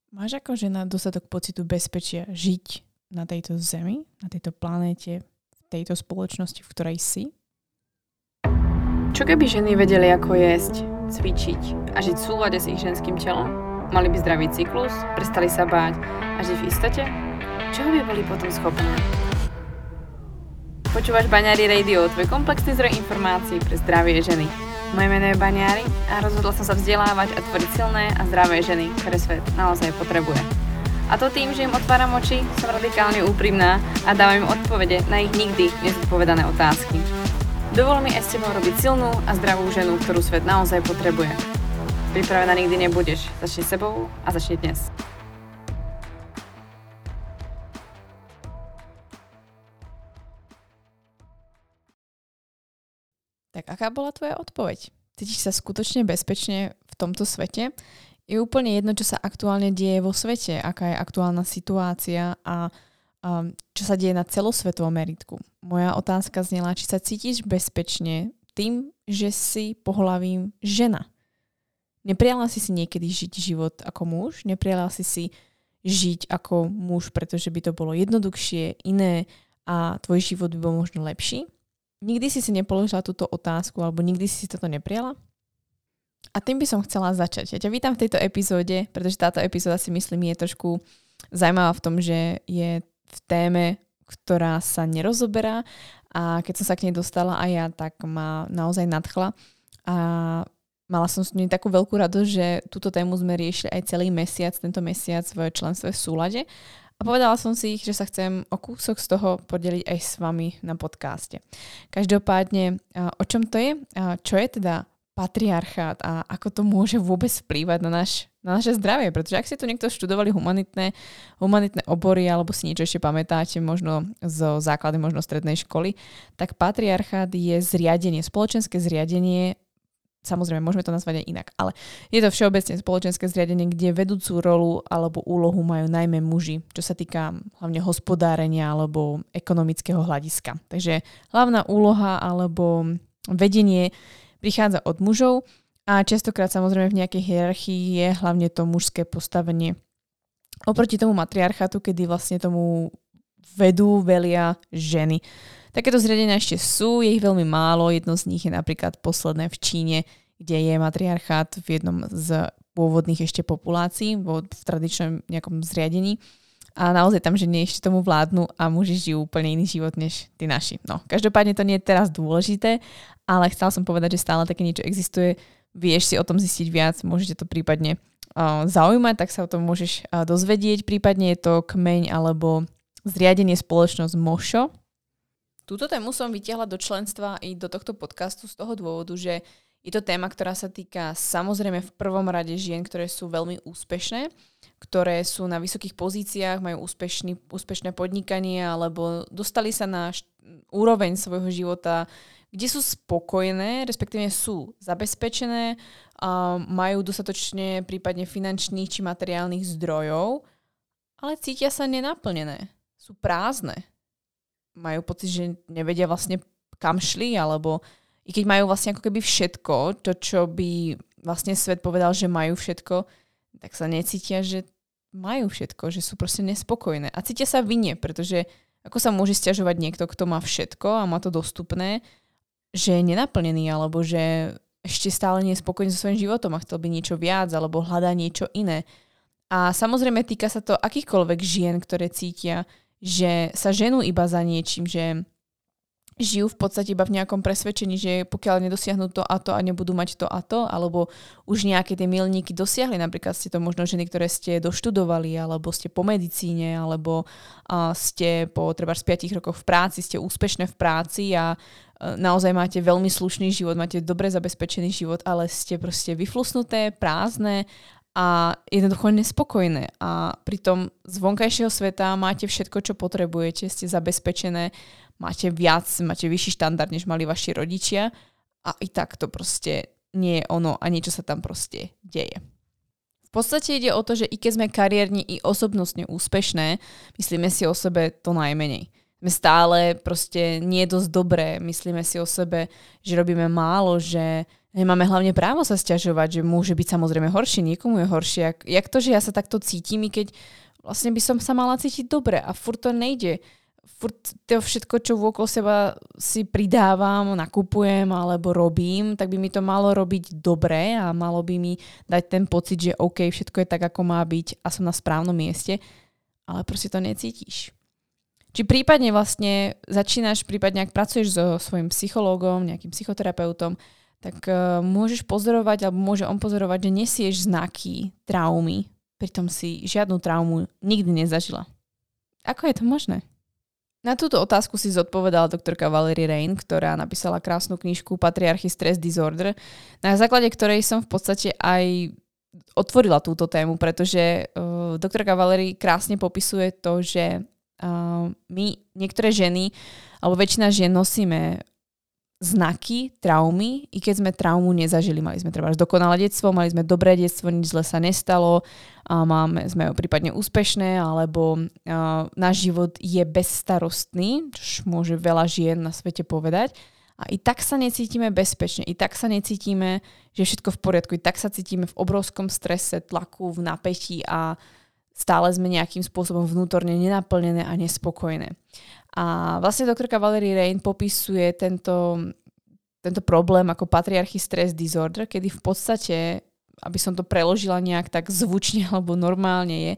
Máš ako žena dostatok pocitu bezpečia žiť na tejto zemi, na tejto planéte, v tejto spoločnosti, v ktorej si? Čo keby ženy vedeli, ako jesť, cvičiť a žiť v súlade s ich ženským telom? Mali by zdravý cyklus, prestali sa báť a žiť v istote? Čoho by boli potom schopné? Počúvaš Baňári Radio, tvoj komplexný zdroj informácií pre zdravie ženy. Moje meno je Baňári a rozhodla som sa vzdelávať a tvoriť silné a zdravé ženy, ktoré svet naozaj potrebuje. A to tým, že im otváram oči, som radikálne úprimná a dávam im odpovede na ich nikdy nezodpovedané otázky. Dovol mi aj s tebou robiť silnú a zdravú ženu, ktorú svet naozaj potrebuje. Pripravená nikdy nebudeš. Začni sebou a začni dnes. Tak aká bola tvoja odpoveď? Cítiš sa skutočne bezpečne v tomto svete? Je úplne jedno, čo sa aktuálne deje vo svete, aká je aktuálna situácia a čo sa deje na celosvetovom meritku. Moja otázka znela, či sa cítiš bezpečne tým, že si pohlavím žena. Neprijala si niekedy žiť život ako muž? Neprijala si žiť ako muž, pretože by to bolo jednoduchšie, iné a tvoj život by bol možno lepší? Nikdy si nepoložila túto otázku alebo nikdy si toto neprijala? A tým by som chcela začať. Ja ťa vítam v tejto epizóde, pretože táto epizóda si myslím je trošku zaujímavá v tom, že je v téme, ktorá sa nerozoberá a keď som sa k nej dostala aj ja, tak ma naozaj nadchla a mala som s nej takú veľkú radosť, že túto tému sme riešili aj celý mesiac, tento mesiac v členstve v súlade. A povedala som si, že sa chcem o kúsok z toho podeliť aj s vami na podcaste. Každopádne, o čom to je? Čo je teda patriarchát a ako to môže vôbec vplývať na naše zdravie? Pretože ak ste tu niekto študovali humanitné obory alebo si niečo ešte pamätáte možno zo základy, možno strednej školy, tak patriarchát je zriadenie, spoločenské zriadenie. Samozrejme, môžeme to nazvať aj inak, ale je to všeobecne spoločenské zriadenie, kde vedúcu rolu alebo úlohu majú najmä muži, čo sa týka hlavne hospodárenia alebo ekonomického hľadiska. Takže hlavná úloha alebo vedenie prichádza od mužov a častokrát samozrejme v nejakej hierarchii je hlavne to mužské postavenie. Oproti tomu matriarchátu, kedy vlastne tomu velia ženy. Takéto zriadenia ešte sú, je ich veľmi málo, jedno z nich je napríklad posledné v Číne, kde je matriarchát v jednom z pôvodných ešte populácií, v tradičnom nejakom zriadení. A naozaj tam ženy ešte tomu vládnu a muži žijú úplne iný život než tí naši. No, každopádne to nie je teraz dôležité, ale chcela som povedať, že stále také niečo existuje. Vieš si o tom zistiť viac, môžete to prípadne zaujímať, tak sa o tom môžeš dozvedieť. Prípadne je to kmeň alebo zriadenie spoločnosť Mošo. Túto tému som vytiahla do členstva i do tohto podcastu z toho dôvodu, že je to téma, ktorá sa týka samozrejme v prvom rade žien, ktoré sú veľmi úspešné, ktoré sú na vysokých pozíciách, majú úspešné podnikanie alebo dostali sa na úroveň svojho života, kde sú spokojné, respektíve sú zabezpečené, majú dostatočne prípadne finančných či materiálnych zdrojov, ale cítia sa nenaplnené, sú prázdne. Majú pocit, že nevedia vlastne kam šli, alebo i keď majú vlastne ako keby všetko, to čo by vlastne svet povedal, že majú všetko, tak sa necítia, že majú všetko, že sú proste nespokojné. A cítia sa vinne, pretože ako sa môže sťažovať niekto, kto má všetko a má to dostupné, že je nenaplnený, alebo že ešte stále nie je spokojný so svojím životom a chcel by niečo viac, alebo hľadá niečo iné. A samozrejme týka sa to akýchkoľvek žien, ktoré cítia, že sa ženú iba za niečím, že žijú v podstate iba v nejakom presvedčení, že pokiaľ nedosiahnu to a nebudú mať to a to, alebo už nejaké tie milníky dosiahli, napríklad ste to možno ženy, ktoré ste doštudovali, alebo ste po medicíne, alebo ste po treba z 5 rokoch v práci, ste úspešné v práci a naozaj máte veľmi slušný život, máte dobre zabezpečený život, ale ste proste vyflusnuté, prázdne a jednoducho nespokojné. A pritom z vonkajšieho sveta máte všetko, čo potrebujete, ste zabezpečené, máte viac, máte vyšší štandard, než mali vaši rodičia a i tak to proste nie je ono a niečo sa tam proste deje. V podstate ide o to, že i keď sme kariérne i osobnostne úspešné, myslíme si o sebe to najmenej. Sme stále proste nie dosť dobré, myslíme si o sebe, že robíme málo, že Nemáme hlavne právo sa sťažovať, že môže byť samozrejme horšie, niekomu je horšie. Jak to, že ja sa takto cítim, i keď vlastne by som sa mala cítiť dobre a furt to nejde. Furt to všetko, čo vôkol seba si pridávam, nakupujem alebo robím, tak by mi to malo robiť dobre a malo by mi dať ten pocit, že OK, všetko je tak, ako má byť a som na správnom mieste, ale proste to necítiš. Či prípadne vlastne začínaš, prípadne ak pracuješ so svojím psychológom, nejakým psychoterapeutom, tak môžeš pozorovať, alebo môže on pozorovať, že nesieš znaky traumy, pritom si žiadnu traumu nikdy nezažila. Ako je to možné? Na túto otázku si zodpovedala doktorka Valerie Rein, ktorá napísala krásnu knižku Patriarchy Stress Disorder, na základe ktorej som v podstate aj otvorila túto tému, pretože doktorka Valerie krásne popisuje to, že my, niektoré ženy, alebo väčšina žien nosíme znaky traumy, i keď sme traumu nezažili. Mali sme treba dokonalé detstvo, mali sme dobré detstvo, nič zle sa nestalo, a sme prípadne úspešné, alebo náš život je bezstarostný, čo môže veľa žien na svete povedať. A i tak sa necítime bezpečne, i tak sa necítime, že je všetko v poriadku, i tak sa cítime v obrovskom strese, tlaku, v napätí a stále sme nejakým spôsobom vnútorne nenaplnené a nespokojné. A vlastne doktorka Valerie Rein popisuje tento problém ako patriarchy stress disorder, kedy v podstate, aby som to preložila nejak tak zvučne alebo normálne je,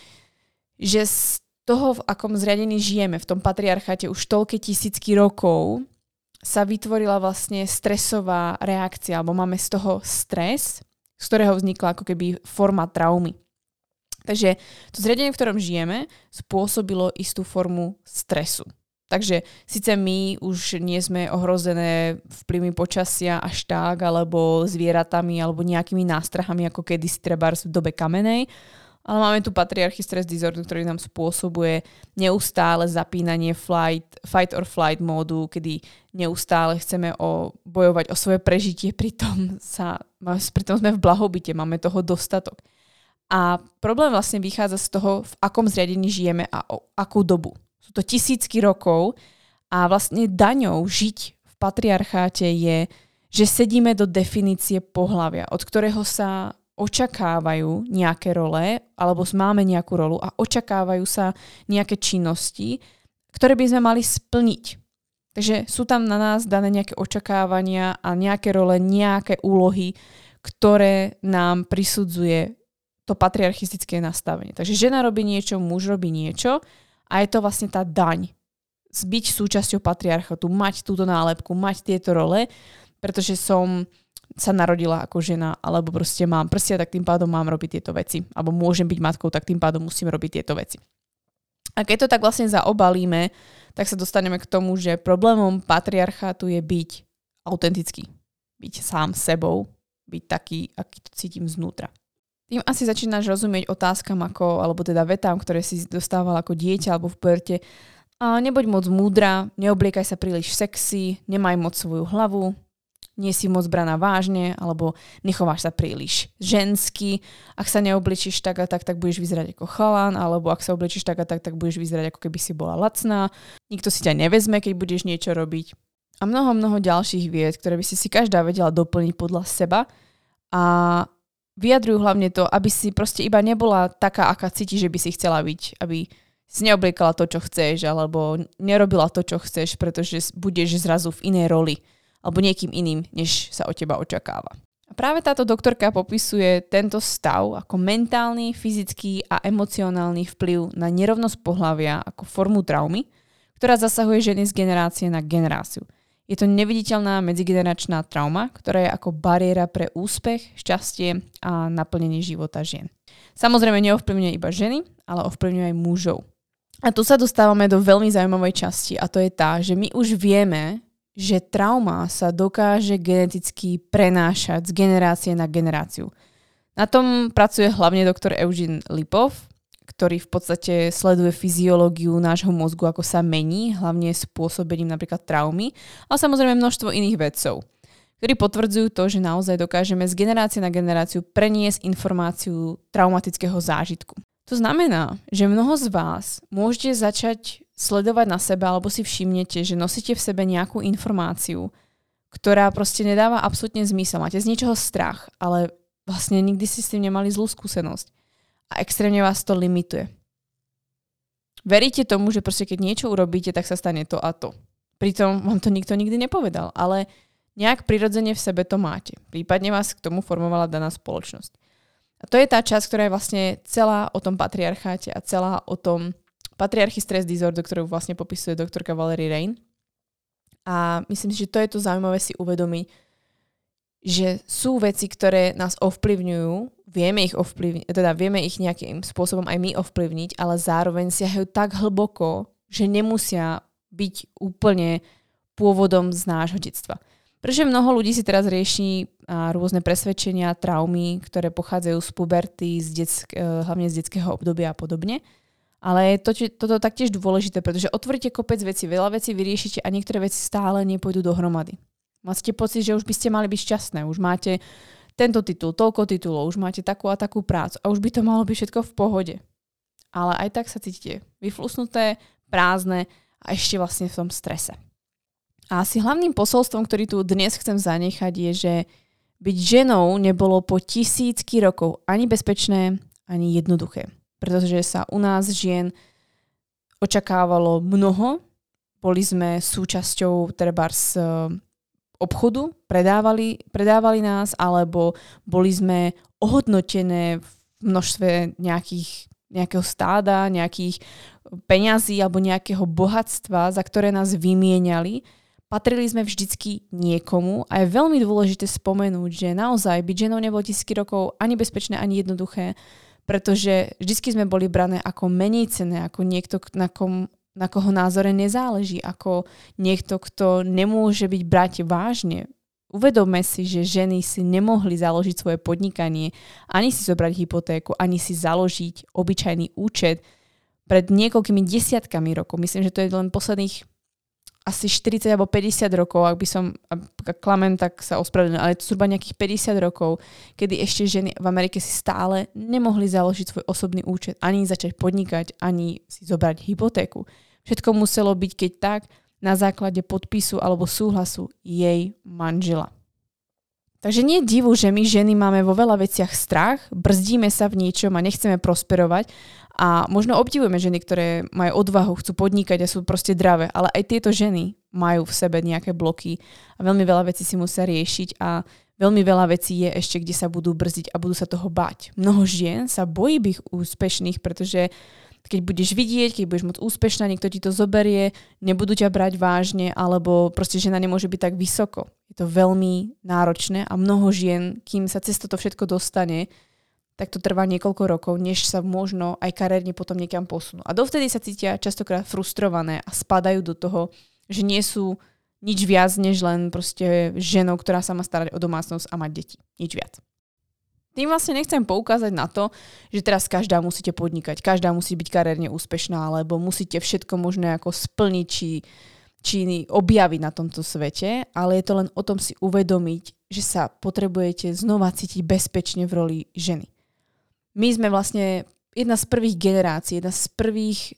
že z toho, v akom zriadení žijeme, v tom patriarcháte už toľké tisícky rokov, sa vytvorila vlastne stresová reakcia, alebo máme z toho stres, z ktorého vznikla ako keby forma traumy. Takže to zriadenie, v ktorom žijeme, spôsobilo istú formu stresu. Takže síce my už nie sme ohrozené vplyvmi počasia až tak, alebo zvieratami, alebo nejakými nástrahami, ako kedysi trebárs v dobe kamenej, ale máme tu patriarchy stress disorder, ktorý nám spôsobuje neustále zapínanie fight or flight módu, kedy neustále chceme bojovať o svoje prežitie, pritom sme v blahobite, máme toho dostatok. A problém vlastne vychádza z toho, v akom zriadení žijeme a o akú dobu. Sú to tisícky rokov a vlastne daňou žiť v patriarcháte je, že sedíme do definície pohlavia, od ktorého sa očakávajú nejaké role, alebo máme nejakú rolu a očakávajú sa nejaké činnosti, ktoré by sme mali splniť. Takže sú tam na nás dané nejaké očakávania a nejaké role, nejaké úlohy, ktoré nám prisudzuje to patriarchistické nastavenie. Takže žena robí niečo, muž robí niečo a je to vlastne tá daň. Byť súčasťou patriarchatu, mať túto nálepku, mať tieto role, pretože som sa narodila ako žena, alebo proste mám prsia, tak tým pádom mám robiť tieto veci. Alebo môžem byť matkou, tak tým pádom musím robiť tieto veci. A keď to tak vlastne zaobalíme, tak sa dostaneme k tomu, že problémom patriarchátu je byť autentický. Byť sám sebou, byť taký, aký to cítim znútra. Tým asi začínaš rozumieť otázkam alebo teda vetám, ktoré si dostával ako dieťa alebo v puerte. A nebuď moc múdra, neobliekaj sa príliš sexy, nemaj moc svoju hlavu, nie si moc braná vážne, alebo nechováš sa príliš žensky. Ak sa neobličíš tak a tak budeš vyzerať ako chalan, alebo ak sa obličíš tak a tak budeš vyzerať ako keby si bola lacná. Nikto si ťa nevezme, keď budeš niečo robiť. A mnoho ďalších vied, ktoré by si každá vedela doplniť podľa seba. A vyjadrujú hlavne to, aby si proste iba nebola taká, aká cítiš, že by si chcela byť. Aby si neobliekala to, čo chceš, alebo nerobila to, čo chceš, pretože budeš zrazu v inej roli alebo niekým iným, než sa od teba očakáva. A práve táto doktorka popisuje tento stav ako mentálny, fyzický a emocionálny vplyv na nerovnosť pohlavia ako formu traumy, ktorá zasahuje ženy z generácie na generáciu. Je to neviditeľná medzigeneračná trauma, ktorá je ako bariéra pre úspech, šťastie a naplnenie života žien. Samozrejme neovplyvňuje iba ženy, ale ovplyvňuje aj mužov. A tu sa dostávame do veľmi zaujímavej časti a to je tá, že my už vieme, že trauma sa dokáže geneticky prenášať z generácie na generáciu. Na tom pracuje hlavne doktor Eugene Lipov, ktorý v podstate sleduje fyziológiu nášho mozgu, ako sa mení, hlavne spôsobením napríklad traumy, ale samozrejme množstvo iných vedcov, ktorí potvrdzujú to, že naozaj dokážeme z generácie na generáciu preniesť informáciu traumatického zážitku. To znamená, že mnoho z vás môžete začať sledovať na sebe alebo si všimnete, že nosíte v sebe nejakú informáciu, ktorá proste nedáva absolútne zmysel. Máte z niečoho strach, ale vlastne nikdy si s tým nemali zlú skúsenosť. A extrémne vás to limituje. Veríte tomu, že proste keď niečo urobíte, tak sa stane to a to. Pritom vám to nikto nikdy nepovedal, ale nejak prirodzene v sebe to máte. Prípadne vás k tomu formovala daná spoločnosť. A to je tá časť, ktorá je vlastne celá o tom patriarcháte a celá o tom patriarchy stress disorder, ktorú vlastne popisuje doktorka Valerie Rein. A myslím si, že to je to zaujímavé si uvedomiť, že sú veci, ktoré nás ovplyvňujú, vieme ich nejakým spôsobom aj my ovplyvniť, ale zároveň siahajú tak hlboko, že nemusia byť úplne pôvodom z nášho detstva. Pretože mnoho ľudí si teraz rieši rôzne presvedčenia, traumy, ktoré pochádzajú z puberty, hlavne z detského obdobia a podobne. Ale toto je taktiež dôležité, pretože otvoríte kopec vecí, veľa vecí vyriešite a niektoré veci stále nepôjdu dohromady. Máte pocit, že už by ste mali byť šťastné, už máte tento titul, toľko titulov, už máte takú a takú prácu a už by to malo byť všetko v pohode. Ale aj tak sa cítite vyflusnuté, prázdne a ešte vlastne v tom strese. A asi hlavným posolstvom, ktorý tu dnes chcem zanechať, je, že byť ženou nebolo po tisícky rokov ani bezpečné, ani jednoduché. Pretože sa u nás žien očakávalo mnoho. Boli sme súčasťou trebárs obchodu, predávali nás, alebo boli sme ohodnotené v množstve nejakého stáda, nejakých peňazí alebo nejakého bohatstva, za ktoré nás vymieniali. Patrili sme vždycky niekomu a je veľmi dôležité spomenúť, že naozaj byť ženou nebolo tisícky rokov ani bezpečné, ani jednoduché, pretože vždycky sme boli brané ako menej cenné, ako niekto, na koho názore nezáleží, ako niekto, kto nemôže byť brať vážne. Uvedomme si, že ženy si nemohli založiť svoje podnikanie, ani si zobrať hypotéku, ani si založiť obyčajný účet pred niekoľkými desiatkami rokov. Myslím, že to je len posledných asi 40 alebo 50 rokov, ak klamem, tak sa ospravedlňujem, ale je to zhruba nejakých 50 rokov, kedy ešte ženy v Amerike si stále nemohli založiť svoj osobný účet, ani začať podnikať, ani si zobrať hypotéku. Všetko muselo byť keď tak na základe podpisu alebo súhlasu jej manžela. Takže nie je divu, že my ženy máme vo veľa veciach strach, brzdíme sa v niečom a nechceme prosperovať a možno obdivujeme ženy, ktoré majú odvahu, chcú podnikať a sú proste dravé, ale aj tieto ženy majú v sebe nejaké bloky a veľmi veľa vecí si musia riešiť a veľmi veľa vecí je ešte, kde sa budú brzdiť a budú sa toho báť. Mnoho žien sa bojí byť úspešných, pretože keď budeš vidieť, keď budeš moc úspešná, niekto ti to zoberie, nebudú ťa brať vážne, alebo proste žena nemôže byť tak vysoko. Je to veľmi náročné a mnoho žien, kým sa cez toto všetko dostane, tak to trvá niekoľko rokov, než sa možno aj kariérne potom niekam posunú. A dovtedy sa cítia častokrát frustrované a spadajú do toho, že nie sú nič viac, než len proste ženou, ktorá sa má starať o domácnosť a mať deti. Nič viac. Tým vlastne nechcem poukázať na to, že teraz každá musíte podnikať, každá musí byť kariérne úspešná, alebo musíte všetko možné ako splniť či objaviť na tomto svete, ale je to len o tom si uvedomiť, že sa potrebujete znova cítiť bezpečne v roli ženy. My sme vlastne jedna z prvých generácií, jedna z prvých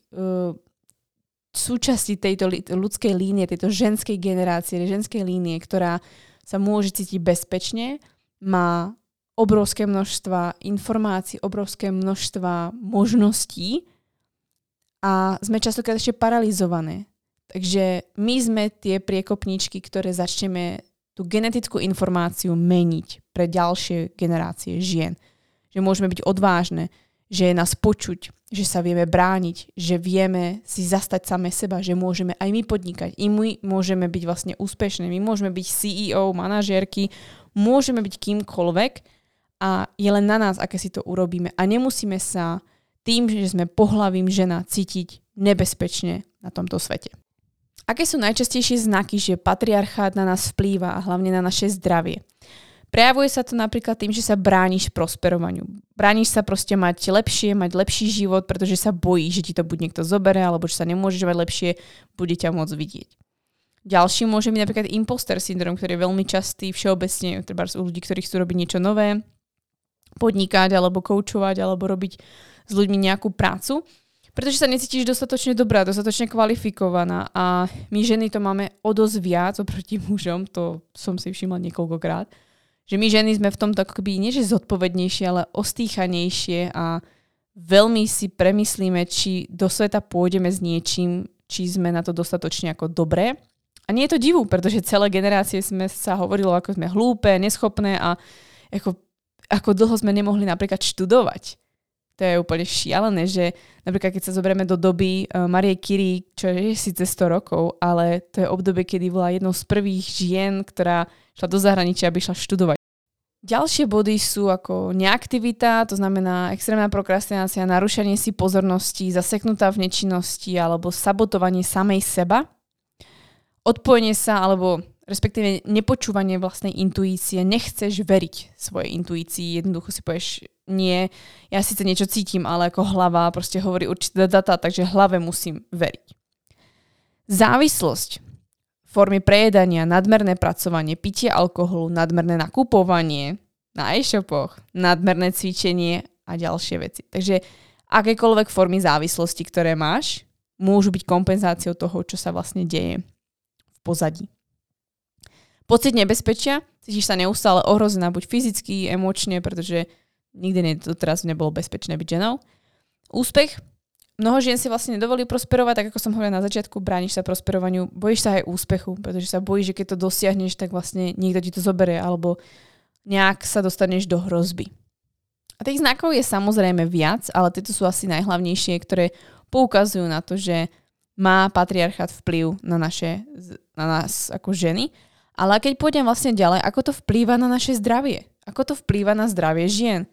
súčastí tejto ľudskej línie, tejto ženskej generácie, ženskej línie, ktorá sa môže cítiť bezpečne, má obrovské množstva informácií, obrovské množstva možností a sme častokrát ešte paralizované. Takže my sme tie priekopníčky, ktoré začneme tú genetickú informáciu meniť pre ďalšie generácie žien. Že môžeme byť odvážne, že je nás počuť, že sa vieme brániť, že vieme si zastať same seba, že môžeme aj my podnikať. I my môžeme byť vlastne úspešné, my môžeme byť CEO, manažérky, môžeme byť kýmkoľvek a je len na nás, aké si to urobíme. A nemusíme sa tým, že sme pohlavím žena, cítiť nebezpečne na tomto svete. Aké sú najčastejšie znaky, že patriarchát na nás vplýva a hlavne na naše zdravie? Prejavuje sa to napríklad tým, že sa brániš prosperovaniu. Brániš sa proste mať lepší život, pretože sa bojíš, že ti to buď niekto zobere, alebo že sa nemôžeš mať lepšie, bude ťa môcť vidieť. Ďalší môže byť napríklad imposter syndrom, ktorý je veľmi častý všeobecne, treba u ľudí, ktorí chcú robiť niečo nové, podnikať, alebo koučovať, alebo robiť s ľuďmi nejakú prácu. Pretože sa necítiš dostatočne dobrá, dostatočne kvalifikovaná a my ženy to máme o dosť viac oproti mužom, to som si všimla niekoľkokrát, že my ženy sme v tomto akoby nie že zodpovednejšie, ale ostýchanejšie a veľmi si premyslíme, či do sveta pôjdeme s niečím, či sme na to dostatočne ako dobré. A nie je to divu, pretože celé generácie sme sa hovorilo, ako sme hlúpe, neschopné a ako dlho sme nemohli napríklad študovať. To je úplne šialené, že napríklad keď sa zoberieme do doby Marie Curie, čo je síce 100 rokov, ale to je obdobie, kedy bola jednou z prvých žien, ktorá šla do zahraničia, aby šla študovať. Ďalšie body sú ako neaktivita, to znamená extrémna prokrastinácia, narušenie si pozornosti, zaseknutá v nečinnosti alebo sabotovanie samej seba, odpojenie sa alebo respektíve nepočúvanie vlastnej intuície, nechceš veriť svojej intuícii, jednoducho si povieš, nie, ja síce niečo cítim, ale ako hlava proste hovorí určité data, takže hlave musím veriť. Závislosť v forme prejedania, nadmerné pracovanie, pitie alkoholu, nadmerné nakupovanie na e-shopoch, nadmerné cvičenie a ďalšie veci. Takže akékoľvek formy závislosti, ktoré máš, môžu byť kompenzáciou toho, čo sa vlastne deje v pozadí. Pocit nebezpečia, cítiš sa neustále ohrozená, buď fyzicky, emočne, pretože nikdy doteraz nebolo bezpečné byť ženou. Úspech. Mnoho žien si vlastne nedovolí prosperovať, tak ako som hovorila na začiatku, brániš sa prosperovaniu, bojíš sa aj úspechu, pretože sa bojíš, že keď to dosiahneš, tak vlastne niekto ti to zoberie, alebo nejak sa dostaneš do hrozby. A tých znakov je samozrejme viac, ale tieto sú asi najhlavnejšie, ktoré poukazujú na to, že má patriarchát vplyv na nás ako ženy. Ale keď pôjdem vlastne ďalej, ako to vplýva na naše zdravie? Ako to vplýva na zdravie žien?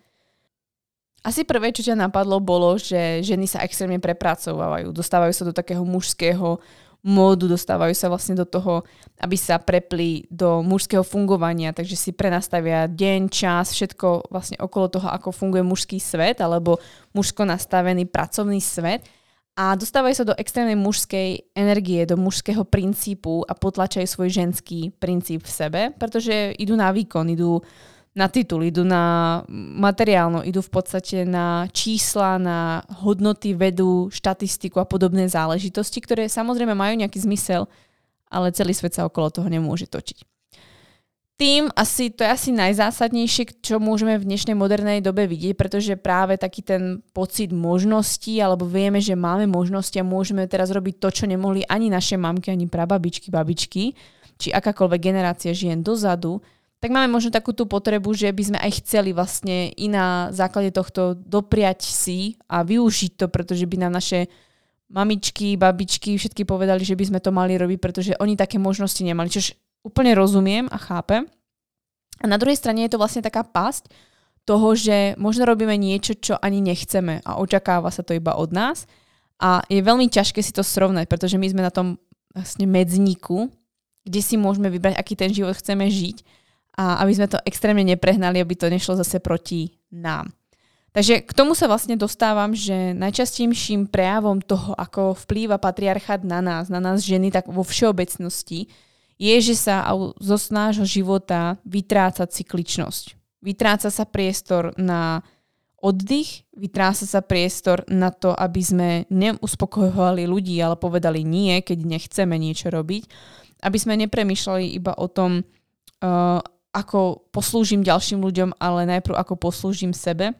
Asi prvé, čo ťa napadlo, bolo, že ženy sa extrémne prepracovávajú. Dostávajú sa do takého mužského módu, dostávajú sa vlastne do toho, aby sa prepli do mužského fungovania, takže si prenastavia deň, čas, všetko vlastne okolo toho, ako funguje mužský svet alebo mužsko nastavený pracovný svet. A dostávajú sa do extrémnej mužskej energie, do mužského princípu a potlačajú svoj ženský princíp v sebe, pretože idú na výkon, idú na titul, idú na materiálno, idú v podstate na čísla, na hodnoty, vedu, štatistiku a podobné záležitosti, ktoré samozrejme majú nejaký zmysel, ale celý svet sa okolo toho nemôže točiť. To je asi najzásadnejšie, čo môžeme v dnešnej modernej dobe vidieť, pretože práve taký ten pocit možností, alebo vieme, že máme možnosti a môžeme teraz robiť to, čo nemohli ani naše mamky, ani prababičky, babičky, či akákoľvek generácia žien dozadu, tak máme možno takú tú potrebu, že by sme aj chceli vlastne i na základe tohto dopriať si a využiť to, pretože by nám naše mamičky, babičky všetky povedali, že by sme to mali robiť, pretože oni také možnosti nemali, čož úplne rozumiem a chápem. A na druhej strane je to vlastne taká pasť toho, že možno robíme niečo, čo ani nechceme a očakáva sa to iba od nás. A je veľmi ťažké si to srovnať, pretože my sme na tom vlastne medzníku, kde si môžeme vybrať, aký ten život chceme žiť a aby sme to extrémne neprehnali, aby to nešlo zase proti nám. Takže k tomu sa vlastne dostávam, že najčastejším prejavom toho, ako vplýva patriarchát na nás ženy, tak vo všeobecnosti, je, že sa zo nášho života vytráca cykličnosť. Vytráca sa priestor na oddych, vytráca sa priestor na to, aby sme neuspokojovali ľudí, ale povedali nie, keď nechceme niečo robiť. Aby sme nepremýšľali iba o tom, ako poslúžim ďalším ľuďom, ale najprv ako poslúžim sebe.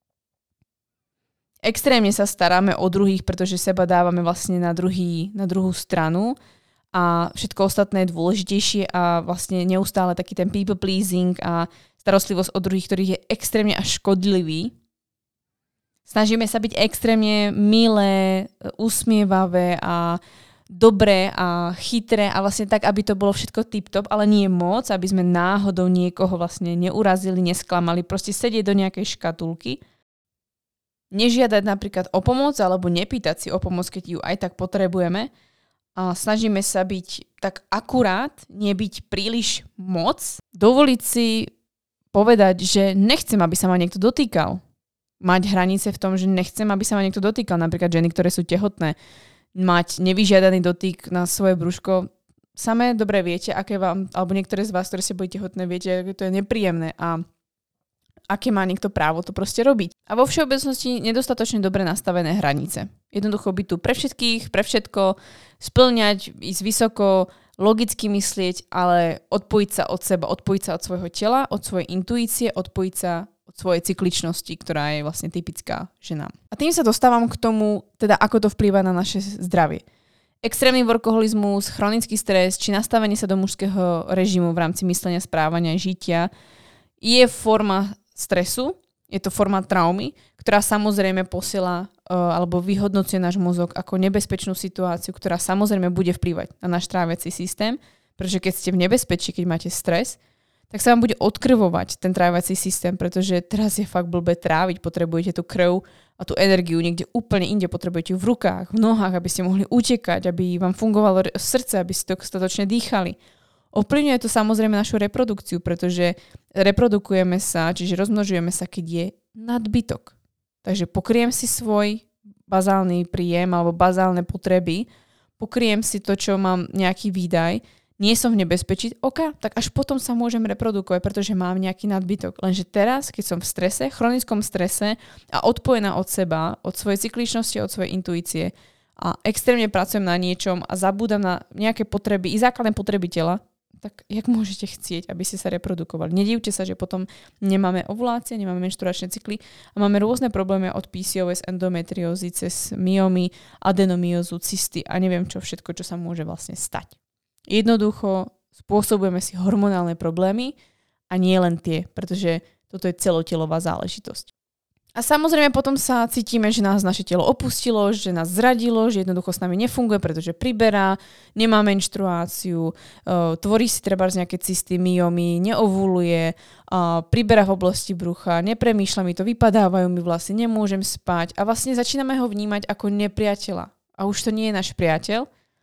Extrémne sa staráme o druhých, pretože seba dávame vlastne na druhú stranu. A všetko ostatné je dôležitejšie a vlastne neustále taký ten people pleasing a starostlivosť o druhých, ktorý je extrémne až škodlivý. Snažíme sa byť extrémne milé, usmievavé a dobré a chytré a vlastne tak, aby to bolo všetko tip-top, ale nie moc, aby sme náhodou niekoho vlastne neurazili, nesklamali, proste sedieť do nejakej škatulky. Nežiadať napríklad o pomoc alebo nepýtať si o pomoc, keď ju aj tak potrebujeme. A snažíme sa byť tak akurát, nebyť príliš moc, dovoliť si povedať, že nechcem, aby sa ma niekto dotýkal. Mať hranice v tom, že nechcem, aby sa ma niekto dotýkal. Napríklad ženy, ktoré sú tehotné. Mať nevyžiadaný dotyk na svoje brúško. Samé dobre viete, aké vám, alebo niektoré z vás, ktoré ste boli tehotné, viete, aké to je nepríjemné. A aké má niekto právo to proste robiť. A vo všeobecnosti nedostatočne dobre nastavené hranice. Jednoducho byť tu pre všetkých, pre všetko, splňať, ísť vysoko, logicky myslieť, ale odpojiť sa od seba, odpojiť sa od svojho tela, od svojej intuície, odpojiť sa od svojej cykličnosti, ktorá je vlastne typická ženám. A tým sa dostávam k tomu, teda ako to vplýva na naše zdravie. Extrémny workoholizmus, chronický stres či nastavenie sa do mužského režimu v rámci myslenia, správania, žitia je forma stresu, je to forma traumy, ktorá samozrejme posiela alebo vyhodnocuje náš mozog ako nebezpečnú situáciu, ktorá samozrejme bude vplývať na náš tráviaci systém, pretože keď ste v nebezpečí, keď máte stres, tak sa vám bude odkrvovať ten tráviaci systém, pretože teraz je fakt blbé tráviť, potrebujete tú krv a tú energiu niekde úplne inde, potrebujete ju v rukách, v nohách, aby ste mohli utekať, aby vám fungovalo srdce, aby ste dostatočne dýchali. Ovplyvňuje to samozrejme našu reprodukciu, pretože reprodukujeme sa, čiže rozmnožujeme sa, keď je nadbytok. Takže pokriem si svoj bazálny príjem alebo bazálne potreby, pokriem si to, čo mám nejaký výdaj, nie som v nebezpečí, tak až potom sa môžem reprodukovať, pretože mám nejaký nadbytok. Lenže teraz, keď som v strese, chronickom strese a odpojená od seba, od svojej cykličnosti, od svojej intuície a extrémne pracujem na niečom a zabúdam na nejaké potreby, i základné potreby tela, tak jak môžete chcieť, aby ste sa reprodukovali? Nedivte sa, že potom nemáme ovulácie, nemáme menštruačné cykly a máme rôzne problémy od PCOS, endometriózy, cez myomy, adenomyózu, cysty a neviem čo všetko, čo sa môže vlastne stať. Jednoducho spôsobujeme si hormonálne problémy a nie len tie, pretože toto je celotelová záležitosť. A samozrejme potom sa cítime, že nás naše telo opustilo, že nás zradilo, že jednoducho s nami nefunguje, pretože priberá, nemá menštruáciu, tvorí si trebárs nejaké cysty, myomy, neovuluje, priberá v oblasti brucha, nepremýšľa mi to, vypadávajú mi vlasy, nemôžem spať a vlastne začíname ho vnímať ako nepriateľa. A už to nie je náš priateľ.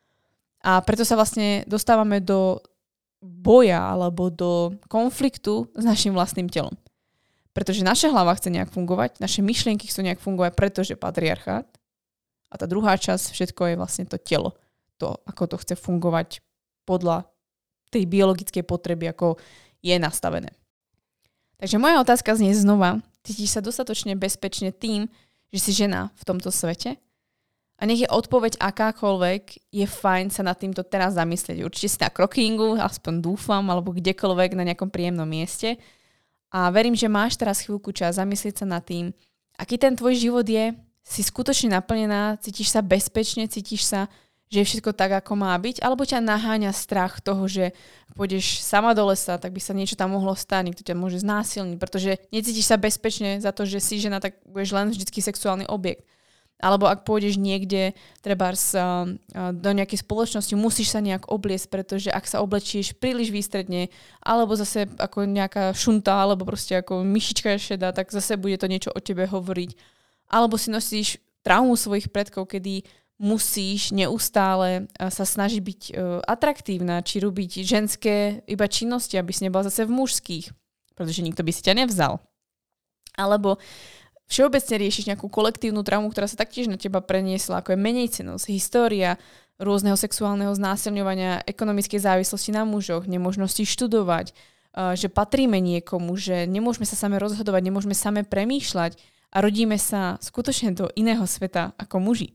A preto sa vlastne dostávame do boja alebo do konfliktu s našim vlastným telom. Pretože naša hlava chce nejak fungovať, naše myšlienky chcú nejak fungovať, pretože patriarchát. A tá druhá časť, všetko je vlastne to telo. To, ako to chce fungovať podľa tej biologickej potreby, ako je nastavené. Takže moja otázka znie znova. Cítiš sa dostatočne bezpečne tým, že si žena v tomto svete? A nech je odpoveď akákoľvek, je fajn sa nad týmto teraz zamyslieť. Určite si na Crockingu, aspoň dúfam, alebo kdekoľvek na nejakom príjemnom mieste. A verím, že máš teraz chvíľku čas zamyslieť sa nad tým, aký ten tvoj život je, si skutočne naplnená, cítiš sa bezpečne, cítiš sa, že je všetko tak, ako má byť, alebo ťa naháňa strach toho, že pôjdeš sama do lesa, tak by sa niečo tam mohlo stať, niekto ťa môže znásilniť, pretože necítiš sa bezpečne za to, že si žena, tak budeš len vždycky sexuálny objekt. Alebo ak pôjdeš niekde, trebárs do nejakej spoločnosti, musíš sa nejak obliecť, pretože ak sa oblečieš príliš výstredne, alebo zase ako nejaká šunta, alebo proste ako myšička šedá, tak zase bude to niečo o tebe hovoriť. Alebo si nosíš traumu svojich predkov, kedy musíš neustále sa snažiť byť atraktívna, či robiť ženské iba činnosti, aby si nebola zase v mužských, pretože nikto by si ťa nevzal. Alebo všeobecne riešiš nejakú kolektívnu traumu, ktorá sa taktiež na teba preniesla, ako je menejcenosť, história rôzneho sexuálneho znásilňovania, ekonomickej závislosti na mužoch, nemožnosti študovať, že patríme niekomu, že nemôžeme sa same rozhodovať, nemôžeme same premýšľať a rodíme sa skutočne do iného sveta ako muži.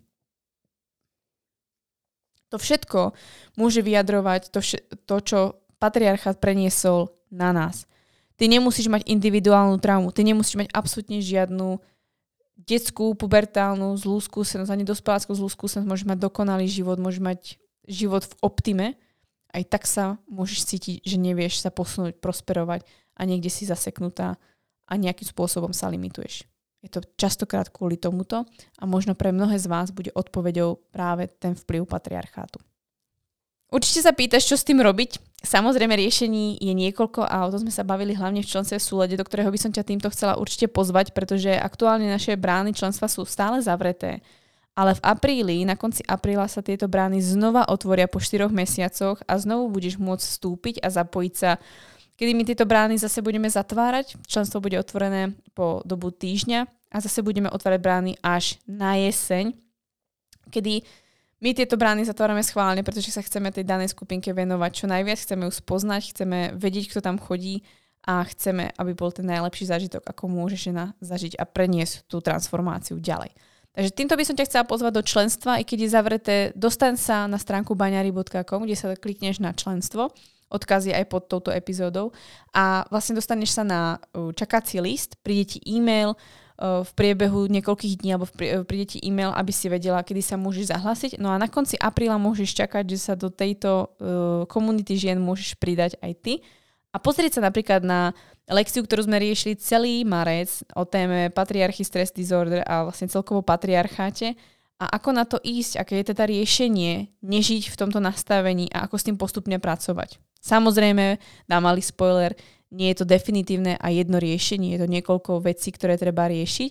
To všetko môže vyjadrovať to, čo patriarchát preniesol na nás. Ty nemusíš mať individuálnu traumu, ty nemusíš mať absolútne žiadnu detskú, pubertálnu, zlú skúsenosť, ani dospeláckú zlú skúsenosť, môžeš mať dokonalý život, môžeš mať život v optime, aj tak sa môžeš cítiť, že nevieš sa posunúť, prosperovať a niekde si zaseknutá a nejakým spôsobom sa limituješ. Je to častokrát kvôli tomuto a možno pre mnohé z vás bude odpoveďou práve ten vplyv patriarchátu. Určite sa pýtaš, čo s tým robiť. Samozrejme riešení je niekoľko a o tom sme sa bavili hlavne v členstve v súlade, do ktorého by som ťa týmto chcela určite pozvať, pretože aktuálne naše brány členstva sú stále zavreté. Ale v apríli, na konci apríla sa tieto brány znova otvoria po 4 mesiacoch a znovu budeš môcť vstúpiť a zapojiť sa. Kedy my tieto brány zase budeme zatvárať, členstvo bude otvorené po dobu týždňa a zase budeme otvárať brány až na jeseň, kedy my tieto brány zatvárame schválne, pretože sa chceme tej danej skupinke venovať čo najviac, chceme ju spoznať, chceme vedieť, kto tam chodí a chceme, aby bol ten najlepší zážitok, ako môže žena zažiť a preniesť tú transformáciu ďalej. Takže týmto by som ťa chcela pozvať do členstva, i keď je zavreté, dostaň sa na stránku baňari.com, kde sa klikneš na členstvo, odkaz je aj pod touto epizódou a vlastne dostaneš sa na čakací list, príde ti e-mail v priebehu niekoľkých dní, alebo príde ti e-mail, aby si vedela, kedy sa môžeš zahlásiť. No a na konci apríla môžeš čakať, že sa do tejto komunity žien môžeš pridať aj ty a pozrieť sa napríklad na lekciu, ktorú sme riešili celý marec o téme patriarchy, stress disorder a vlastne celkovo patriarcháte a ako na to ísť, aké je teda riešenie nežiť v tomto nastavení a ako s tým postupne pracovať. Samozrejme, dám malý spoiler, nie je to definitívne a jedno riešenie, je to niekoľko vecí, ktoré treba riešiť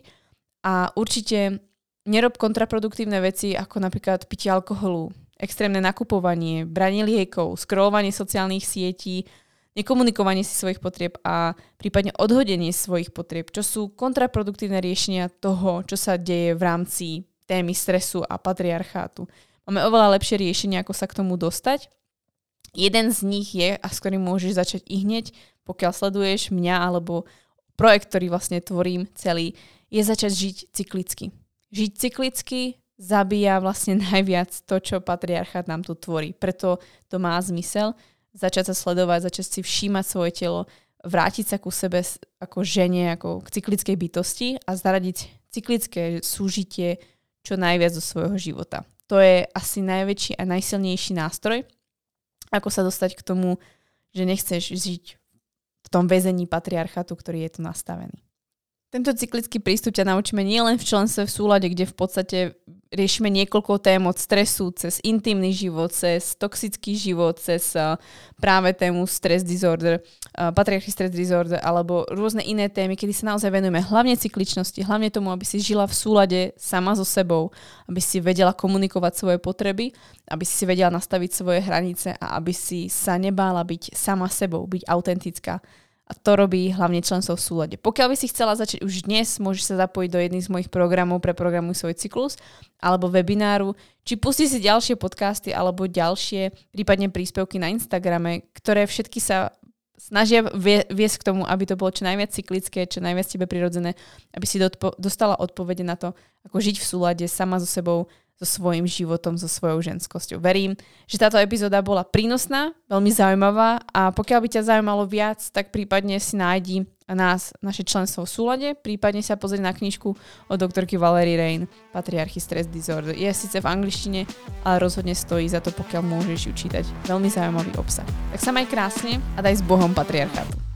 a určite nerob kontraproduktívne veci ako napríklad pitie alkoholu, extrémne nakupovanie, branie liekov, scrollovanie sociálnych sietí, nekomunikovanie si svojich potrieb a prípadne odhodenie svojich potrieb, čo sú kontraproduktívne riešenia toho, čo sa deje v rámci témy stresu a patriarchátu. Máme oveľa lepšie riešenie, ako sa k tomu dostať. Jeden z nich je, a s ktorým môžeš začať i hneď, pokiaľ sleduješ mňa alebo projekt, ktorý vlastne tvorím celý, je začať žiť cyklicky. Žiť cyklicky zabíja vlastne najviac to, čo patriarchát nám tu tvorí. Preto to má zmysel začať sa sledovať, začať si všímať svoje telo, vrátiť sa ku sebe ako žene, ako k cyklickej bytosti a zaradiť cyklické súžitie čo najviac do svojho života. To je asi najväčší a najsilnejší nástroj, ako sa dostať k tomu, že nechceš žiť v tom väzení patriarchatu, ktorý je tu nastavený. Tento cyklický prístup ťa naučíme nielen v členstve v súlade, kde v podstate riešime niekoľko tém od stresu, cez intimný život, cez toxický život, cez práve tému stress disorder, patriarchy stress disorder alebo rôzne iné témy, kedy sa naozaj venujeme hlavne cykličnosti, hlavne tomu, aby si žila v súlade sama so sebou, aby si vedela komunikovať svoje potreby, aby si vedela nastaviť svoje hranice a aby si sa nebála byť sama sebou, byť autentická. A to robí hlavne členstvo v súlade. Pokiaľ by si chcela začať už dnes, môžeš sa zapojiť do jedných z mojich programov pre Programuj svoj cyklus alebo webináru, či pustiť si ďalšie podcasty alebo ďalšie, prípadne príspevky na Instagrame, ktoré všetky sa snažia viesť k tomu, aby to bolo čo najviac cyklické, čo najviac tebe prirodzené, aby si dostala odpovede na to, ako žiť v súlade sama so sebou, so svojím životom, so svojou ženskosťou. Verím, že táto epizóda bola prínosná, veľmi zaujímavá a pokiaľ by ťa zaujímalo viac, tak prípadne si nájdi naše členstvo v súlade, prípadne sa pozri na knižku od doktorky Valerie Rein, Patriarchy stress disorder. Je síce v angličtine, ale rozhodne stojí za to, pokiaľ môžeš ju čítať. Veľmi zaujímavý obsah. Tak sa maj krásne a daj s Bohom patriarchátu.